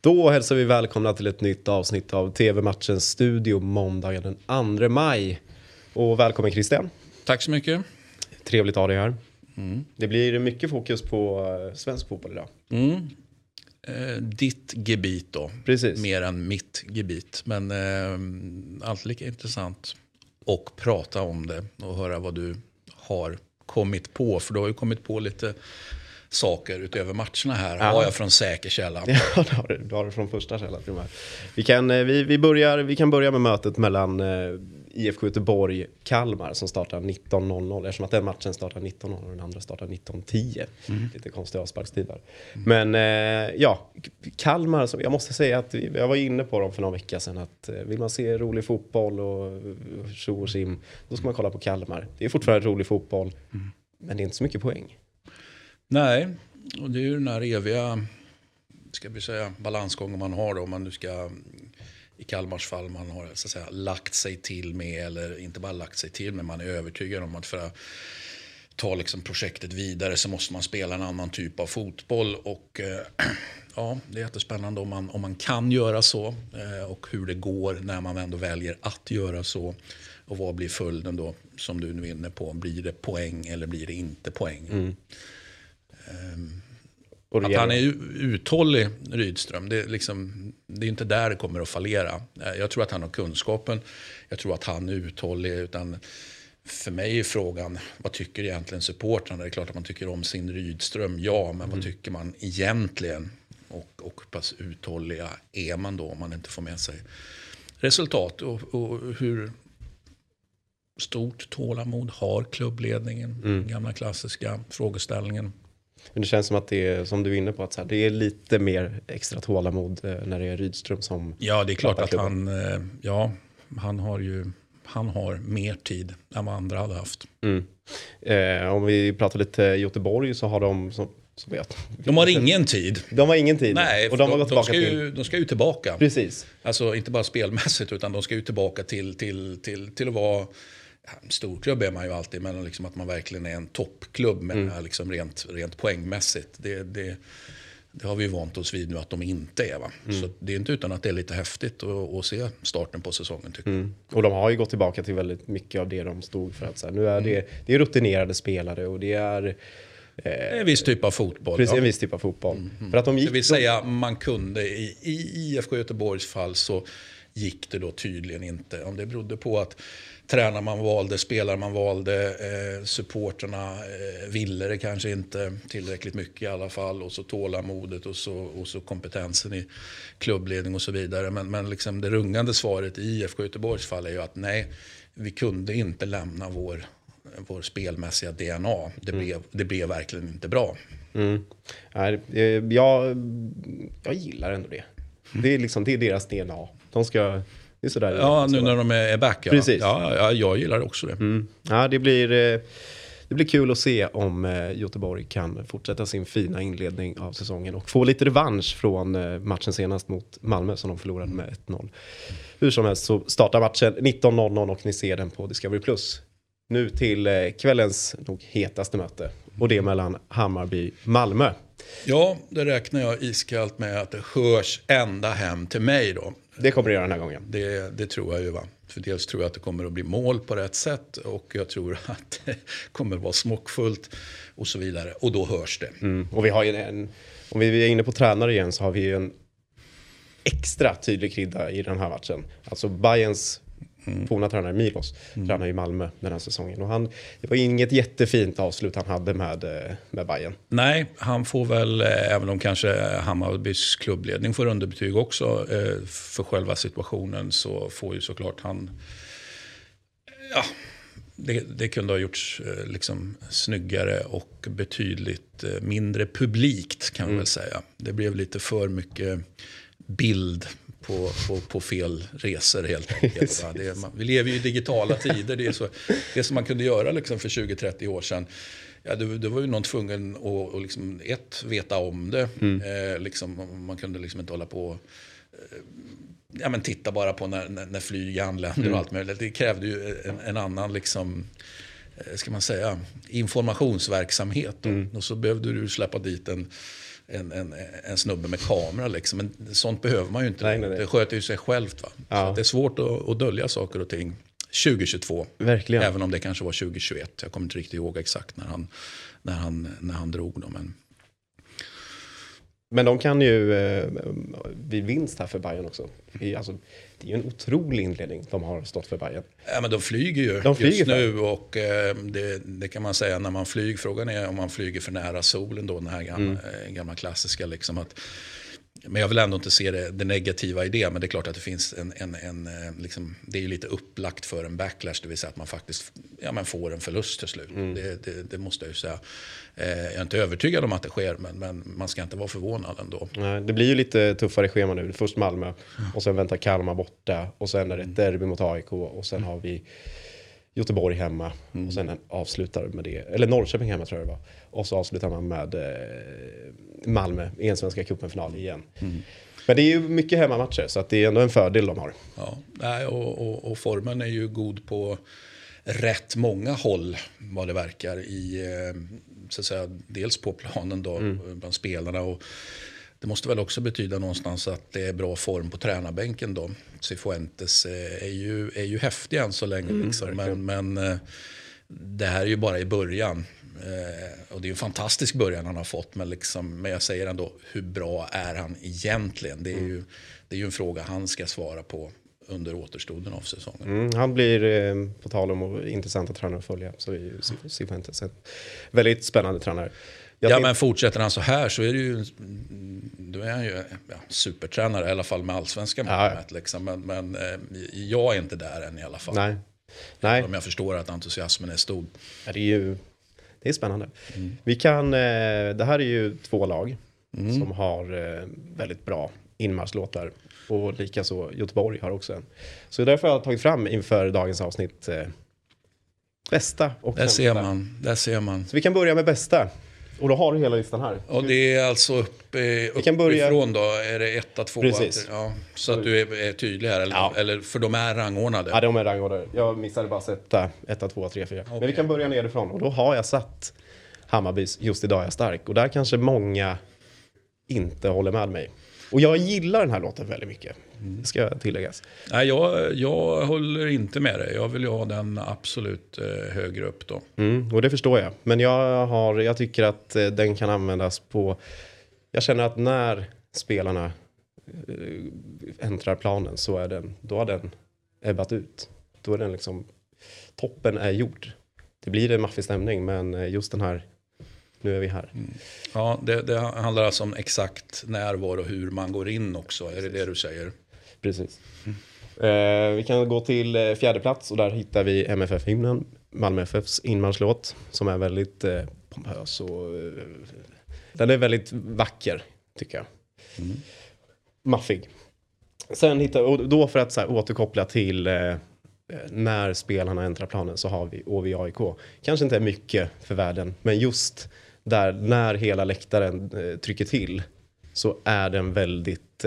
Då hälsar vi välkomna till ett nytt avsnitt av TV-matchens studio måndagen den 2 maj. Och välkommen Christian. Tack så mycket. Trevligt att ha dig här. Det blir mycket fokus på svensk fotboll idag. Ditt gebit då. Precis. Mer än mitt gebit. Men alltid lika intressant att prata om det och höra vad du har kommit på. För du har ju kommit på lite saker utöver matcherna här. Ja. Har jag från säker källa. Ja, det har du från första källan till och med. Vi kan börja med mötet mellan IFK Göteborg Kalmar som startar 19.00. Eftersom att den matchen startar 19.00 och den andra startar 19.10. Lite konstiga avsparkstider. Men Kalmar, som jag måste säga att jag var inne på dem för några veckor sedan, att vill man se rolig fotboll och tjo och sim, då ska man kolla på Kalmar. Det är fortfarande rolig fotboll, men det är inte så mycket poäng. Nej, och det är ju den här eviga, ska vi säga, balansgången man har då. Om man nu ska, i Kalmars fall, man har så att säga lagt sig till med, eller inte bara lagt sig till, men man är övertygad om att för att ta liksom projektet vidare så måste man spela en annan typ av fotboll. Och ja, det är jättespännande om man kan göra så, och hur det går när man ändå väljer att göra så. Och vad blir följden då, som du nu är inne på? Blir det poäng eller blir det inte poäng? Att han är uthållig, Rydström, det är inte där det kommer att fallera. Jag tror att han har kunskapen, jag tror att han är uthållig, utan för mig är frågan, vad tycker egentligen supportrarna? Det är klart att man tycker om sin Rydström, ja, men vad tycker man egentligen? Och pass uthålliga är man då om man inte får med sig resultat? Och hur stort tålamod har klubbledningen? Gamla klassiska frågeställningen. Men det känns som att det är, som du är inne på, att så här, det är lite mer extra tålamod när det är Rydström som... Ja, det är klart att han har mer tid än vad andra hade haft. Om vi pratar lite Göteborg så har de... De har ingen tid. De har ingen tid. Nej, och de ska ju tillbaka. Precis. Alltså inte bara spelmässigt, utan de ska ju tillbaka till att vara... Storklubb är man ju alltid, men liksom att man verkligen är en toppklubb med liksom rent poängmässigt. Det har vi ju vant oss vid nu att de inte är, va? Så det är inte utan att det är lite häftigt att se starten på säsongen, tycker jag. Och de har ju gått tillbaka till väldigt mycket av det de stod för. Att så här, nu är det är rutinerade spelare och det är... en viss typ av fotboll. Precis, en viss typ av fotboll. För att det vill säga, man kunde i IFK Göteborgs fall så gick det då tydligen inte. Om det berodde på att tränare man valde, spelare man valde, supporterna ville det kanske inte tillräckligt mycket i alla fall, och så tålamodet och så kompetensen i klubbledning och så vidare. Men liksom det rungande svaret i IFK Göteborgs fall är ju att nej, vi kunde inte lämna vår spelmässiga DNA. Det blev verkligen inte bra. Jag gillar ändå det. Det är deras DNA. Det är sådär. Ja, nu när de är back. Ja. Precis. Ja, jag gillar också det. Ja, det blir kul att se om Göteborg kan fortsätta sin fina inledning av säsongen och få lite revansch från matchen senast mot Malmö som de förlorade med 1-0. Hur som helst så startar matchen 19.00 och ni ser den på Discovery+. Nu till kvällens nog hetaste möte, och det är mellan Hammarby-Malmö. Ja, det räknar jag iskallt med att det hörs ända hem till mig då. Det kommer det göra den här gången. Det tror jag ju, va. För dels tror jag att det kommer att bli mål på rätt sätt, och jag tror att det kommer att vara smockfullt och så vidare. Och då hörs det. Och vi har ju om vi är inne på tränare igen, så har vi ju en extra tydlig krydda i den här matchen. Alltså Bayerns forna tränare Milos tränar i Malmö den här säsongen. Och det var inget jättefint avslut han hade med Bayern. Nej, han får väl, även om kanske Hammarbys klubbledning får underbetyg också för själva situationen, så får ju såklart han... Ja, det kunde ha gjorts liksom snyggare och betydligt mindre publikt, kan man väl säga. Det blev lite för mycket bild på fel resor helt enkelt. Vi lever ju i digitala tider. Det som man kunde göra liksom för 20-30 år sedan, ja, det var ju någon tvungen att liksom, veta om det. Man kunde liksom inte hålla på titta bara på när flyg anländer och allt möjligt. Det krävde ju en annan liksom, ska man säga, informationsverksamhet. Och så behövde du släppa dit en snubbe med kamera liksom. Men sånt behöver man ju inte. Nej. Det sköter ju sig självt, va? Så att det är svårt att dölja saker och ting 2022. Verkligen. Även om det kanske var 2021. Jag kommer inte riktigt ihåg exakt när han drog dem. Men de kan ju vid vinst här för Bayern också. Alltså, det är ju en otrolig inledning de har stått för Bayern. Ja, men de flyger ju just nu och det kan man säga när man flyger. Frågan är om man flyger för nära solen då, den här gamla klassiska liksom att. Men jag vill ändå inte se det negativa i det. Men det är klart att det finns en liksom, det är ju lite upplagt för en backlash. Det vill säga att man faktiskt får en förlust till slut. Det måste jag ju säga. Jag är inte övertygad om att det sker. Men man ska inte vara förvånad ändå. Nej, det blir ju lite tuffare schema nu. Först Malmö och sen väntar Kalmar borta. Och sen är det ett derby mot AIK. Och sen har vi Göteborg hemma. Och sen avslutar med det. Eller Norrköping hemma tror jag det var. Och så avslutar man med Malmö i en Svenska cupen-final igen. Men det är ju mycket hemmamatcher så att det är ändå en fördel de har. Ja, och formen är ju god på rätt många håll vad det verkar i så att säga, dels på planen då bland spelarna och det måste väl också betyda någonstans att det är bra form på tränarbänken då. Cifuentes är ju häftig än så länge liksom. Men det här är ju bara i början. Och det är en fantastisk början han har fått men jag säger ändå hur bra är han egentligen? Det är ju en fråga han ska svara på under återstoden av säsongen. Han blir på tal om intressanta tränare att följa så är ju Cifuentes en väldigt spännande tränare. Men fortsätter han så här så är det ju då är han ju supertränare i alla fall med allsvenska mått liksom. Men jag är inte där än i alla fall. Nej. Om jag förstår att entusiasmen är stor. Ja, det är spännande. Vi kan det här är ju 2 lag som har väldigt bra inmarschlåtar och likaså Göteborg har också en. Så därför har jag tagit fram inför dagens avsnitt bästa och där ser man. Så vi kan börja med bästa. Och då har du hela listan här. Och det är alltså uppifrån då? Är det 1, 2? Precis. Ja, så att du är tydlig här? Eller för de är rangordnade? Ja, de är rangordnade. Jag missade bara sätta 1, 2, 3, 4. Okay. Men vi kan börja nerifrån. Och då har jag satt Hammarbys Just idag är jag stark. Och där kanske många inte håller med mig. Och jag gillar den här låten väldigt mycket. Det ska tilläggas. Nej, jag håller inte med dig. Jag vill ju ha den absolut högre upp då. Och det förstår jag. Men jag tycker att den kan användas på. Jag känner att när spelarna äntrar planen så är då har den ebbat ut. Då är den liksom toppen är gjord. Det blir en maffig stämning men just den här. Nu är vi här. Ja, det handlar alltså om exakt när, var och hur man går in också. Är det du säger? Precis. Vi kan gå till 4:e plats och där hittar vi MFF-hymnen. Malmö FFs inmarschlåt som är väldigt pompös och den är väldigt vacker tycker jag. Maffig. Sen och då för att så här, återkoppla till när spelarna äntrar planen så har vi OVAIK. Kanske inte är mycket för världen men just där när hela läktaren trycker till så är den väldigt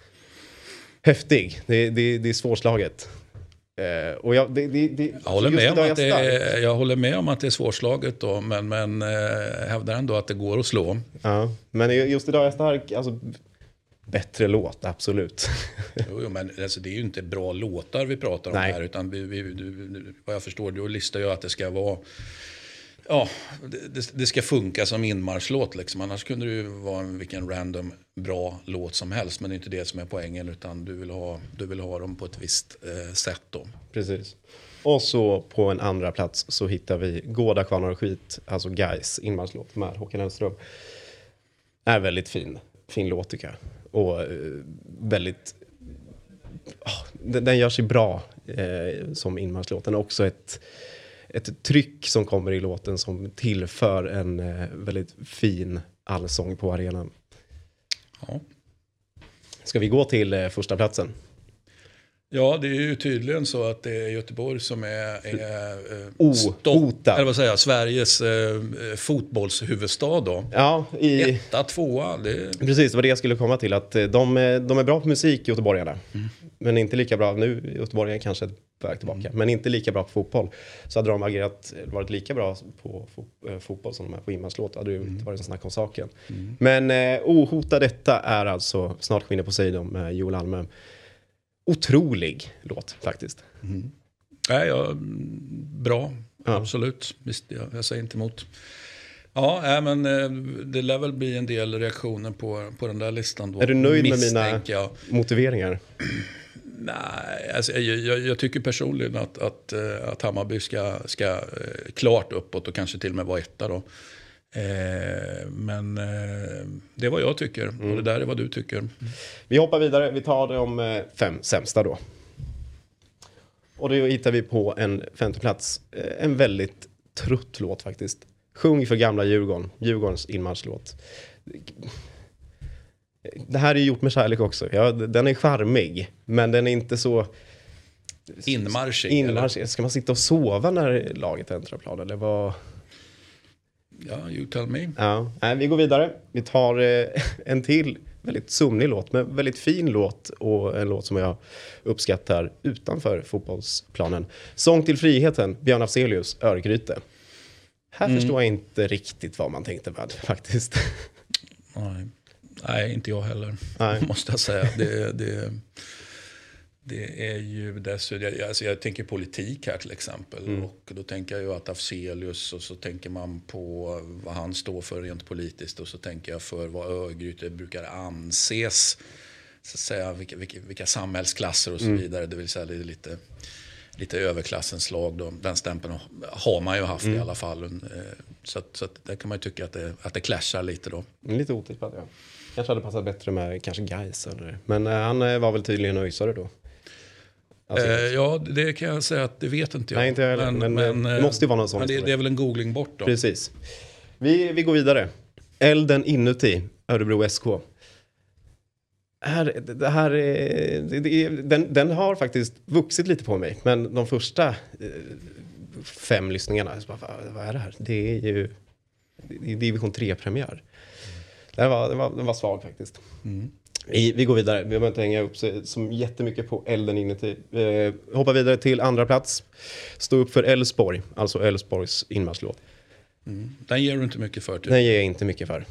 häftig. Det är svårslaget. Och jag håller med om att det är svårslaget då, men hävdar ändå att det går att slå. Ja, men just idag är jag stark. Alltså, bättre låt, absolut. Jo, men alltså, det är ju inte bra låtar vi pratar om här, utan vad jag förstår, du listar ju att det ska vara. Ja, det ska funka som inmarschlåt liksom. Annars kunde det ju vara vilken random bra låt som helst. Men det är inte det som är poängen utan du vill ha dem på ett visst sätt då. Precis. Och så på en andra plats så hittar vi Gårda, Kvarnar och Skit. Alltså Guys inmarschlåt med Håkan Hellström. Är väldigt fin låt tycker jag. Och väldigt. Den gör sig bra som inmarschlåt. Den är också ett tryck som kommer i låten som tillför en väldigt fin allsång på arenan. Ja. Ska vi gå till första platsen? Ja, det är ju tydligen så att det är Göteborg som är eller vad säger jag, Sveriges fotbollshuvudstad då. Ja, 1, 2. Precis, det var det jag skulle komma till. Att de är bra på musik, göteborgarna. men inte lika bra. Nu Göteborg är kanske på väg tillbaka, men inte lika bra på fotboll. Så hade de varit lika bra på fotboll som de är på inmarslåt, hade det inte varit en snack om saken. Men ohota detta är alltså Snart skiner Poseidon med Joel Almem. Otrolig låt faktiskt. Nej, bra. Ja. Absolut. Visst, jag säger inte emot. Ja, men det lär väl bli en del reaktioner på den där listan då. Är du nöjd med mina motiveringar? Nej, alltså, jag tycker personligen att Hammarby ska klart uppåt och kanske till och med vara etta då. Men det är vad jag tycker och det där är vad du tycker. Vi hoppar vidare, vi tar de 5 sämsta då. Och då hittar vi på en 5:e plats en väldigt trött låt faktiskt. Sjung för gamla Djurgården, Djurgårdens inmarschlåt. Det här är gjort med kärlek också. Ja, den är charmig, men den är inte så inmarschig. Ska man sitta och sova när laget äntrar plan eller vad? Ja, you tell me. Ja, nej, vi går vidare. Vi tar en till väldigt somnig låt, men väldigt fin låt och en låt som jag uppskattar utanför fotbollsplanen. Sång till friheten, Björn Afzelius, Örgryte. Här förstår jag inte riktigt vad man tänkte med faktiskt. Nej, inte jag heller. Måste jag säga. Det är ju dessutom, alltså jag tänker politik här till exempel. Och då tänker jag ju att Afzelius, och så tänker man på vad han står för rent politiskt, och så tänker jag för vad Örgryte brukar anses, så att säga, vilka samhällsklasser och så vidare. Det vill säga det är lite överklassens lag då. Den stämpeln har man ju haft i alla fall. Så att där kan man ju tycka att det clashar lite då. Lite otippat, ja. Kanske hade passat bättre med kanske Gais eller. Men han var väl tydligen öjsare då. Alltså, ja, det kan jag säga att det vet inte jag. Nej, inte jag heller, men det måste ju vara någon sån. Men det är väl en googling bort då. Precis. Vi går vidare. Elden inuti, Örebro SK. Den har faktiskt vuxit lite på mig. Men de första 5 lyssningarna, vad är det här? Det är ju division 3-premiär. Den var svag faktiskt. Vi går vidare. Vi behöver inte hänga upp sig som jättemycket på Elden inuti. Hoppa vidare till andra plats. Stå upp för Elfsborg. Alltså Elfsborgs inmarschlåt. Den ger du inte mycket för. Typ. Den ger jag inte mycket för.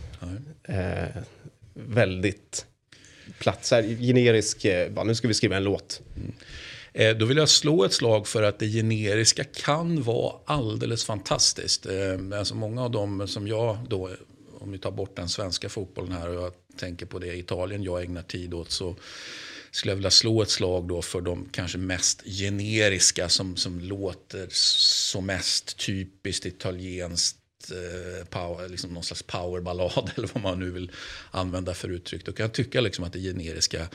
Väldigt platser. Generisk. Nu ska vi skriva en låt. Då vill jag slå ett slag för att det generiska kan vara alldeles fantastiskt. Alltså många av dem som jag då, om vi tar bort den svenska fotbollen här och jag tänker på det i Italien jag ägnar tid åt, så skulle jag vilja slå ett slag då för de kanske mest generiska som låter så mest typiskt italienskt power, liksom någon slags powerballad eller vad man nu vill använda för uttryck. Då kan jag tycka liksom att det generiska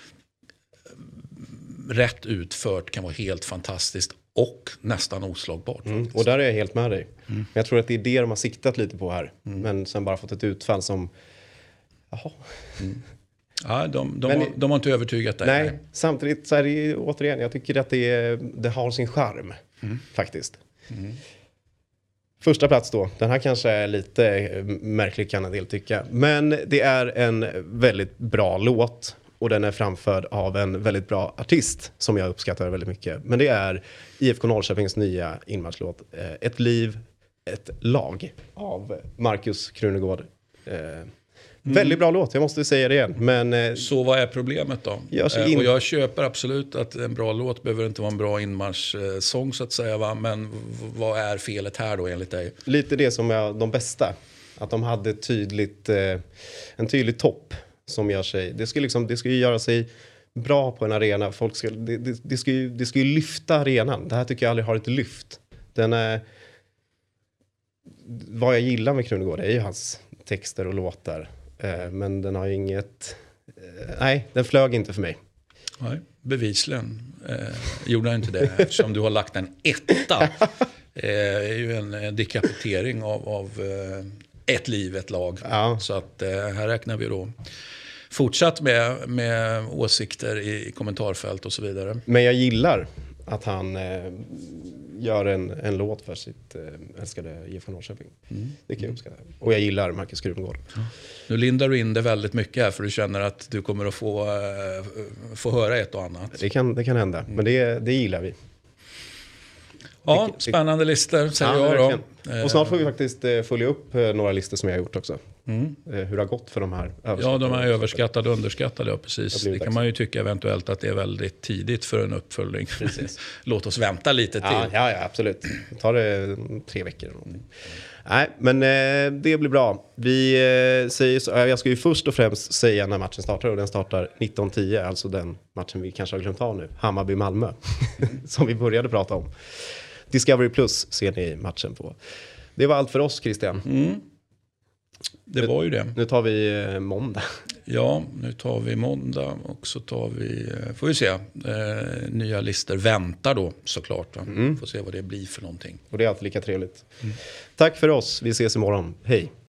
rätt utfört kan vara helt fantastiskt och nästan oslagbart. Och där är jag helt med dig. Men jag tror att det är det de har siktat lite på här. Men sen bara fått ett utfall som jaha. Ja, de har inte övertygat dig. Nej, samtidigt så är det ju, återigen, jag tycker att det har sin charm faktiskt. Första plats då, den här kanske är lite märklig kan en del tycka. Men det är en väldigt bra låt och den är framförd av en väldigt bra artist som jag uppskattar väldigt mycket. Men det är IFK Norrköpings nya inmarschlåt Ett liv, ett lag av Markus Krunegård. Väldigt bra låt, jag måste säga det igen. Men, så vad är problemet då? Och jag köper absolut att en bra låt behöver inte vara en bra inmarschsång så att säga. Va? Men vad är felet här då enligt dig? Lite det som är de bästa. Att de hade en tydlig topp som gör sig. Det ska ju göra sig bra på en arena. Folk det ska ju lyfta arenan. Det här tycker jag aldrig har ett lyft. Vad jag gillar med Krunegård är ju hans texter och låtar. Men den har ju inget. Nej, den flög inte för mig. Nej, bevisligen gjorde jag inte det eftersom du har lagt en etta. Är ju en dekapitering av ett liv, ett lag. Ja. Så att här räknar vi då fortsatt med åsikter i kommentarfält och så vidare. Men jag gillar att han gör en låt för sitt älskade IFK Norrköping. Det kan jag uppskatta. Och jag gillar Marcus Krunegård. Nu lindar du in det väldigt mycket här för du känner att du kommer att få höra ett och annat. Det kan hända, men det gillar vi. Ja, spännande listor säger jag då. Och snart får vi faktiskt följa upp några listor som jag har gjort också. Hur det har gått för de här överskattade. Ja, de är överskattade och underskattade, ja, precis. Det kan man ju tycka eventuellt att det är väldigt tidigt för en uppföljning. Låt oss vänta lite till. Ja, absolut. Ta det 3 veckor eller någonting. Nej, men det blir bra. Vi säger så, jag ska ju först och främst säga när matchen startar, och den startar 19:10, alltså den matchen vi kanske har glömt av nu. Hammarby-Malmö, som vi började prata om. Discovery Plus ser ni matchen på. Det var allt för oss, Christian. Det var ju det. Nu tar vi måndag. Ja, nu tar vi måndag och så tar vi, får vi se, nya listor väntar då såklart. Får se vad det blir för någonting. Och det är alltid lika trevligt. Tack för oss, vi ses imorgon. Hej!